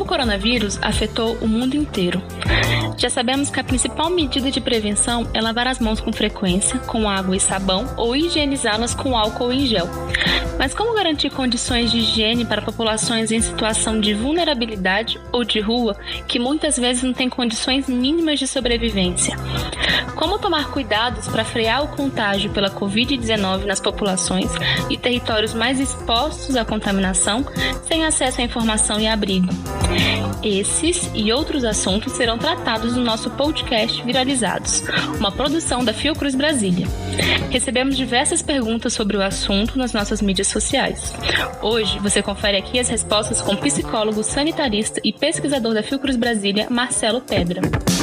coronavírus afetou o mundo inteiro. Já sabemos que a principal medida de prevenção é lavar as mãos com frequência, com água e sabão, ou higienizá-las com álcool em gel. Mas como garantir condições de higiene para populações em situação de vulnerabilidade ou de rua, que muitas vezes não têm condições mínimas de sobrevivência? Como tomar cuidados para frear o contágio pela Covid-19 nas populações e territórios mais expostos à contaminação, sem acesso à informação e abrigo? Esses e outros assuntos serão tratados no nosso podcast Viralizados, uma produção da Fiocruz Brasília. Recebemos diversas perguntas sobre o assunto nas nossas mídias sociais. Hoje, você confere aqui as respostas com o psicólogo, sanitarista e pesquisador da Fiocruz Brasília, Marcelo Pedra.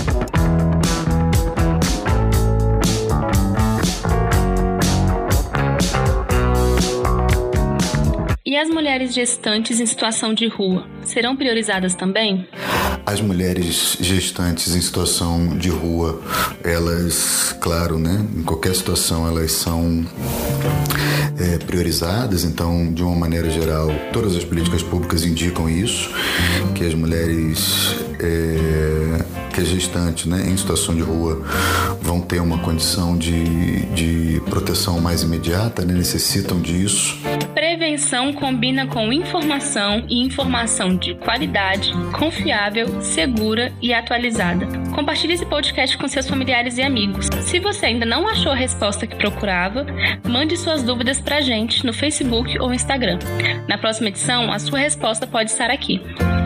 E as mulheres gestantes em situação de rua serão priorizadas também? As mulheres gestantes em situação de rua, elas, claro, né, em qualquer situação elas são priorizadas. Então, de uma maneira geral, todas as políticas públicas indicam isso, que as mulheres que é gestante, né, em situação de rua vão ter uma condição de proteção mais imediata, né, necessitam disso. Prevenção combina com informação e informação de qualidade, confiável, segura e atualizada. Compartilhe esse podcast com seus familiares e amigos. Se você ainda não achou a resposta que procurava, mande suas dúvidas pra gente no Facebook ou Instagram. Na próxima edição, a sua resposta pode estar aqui.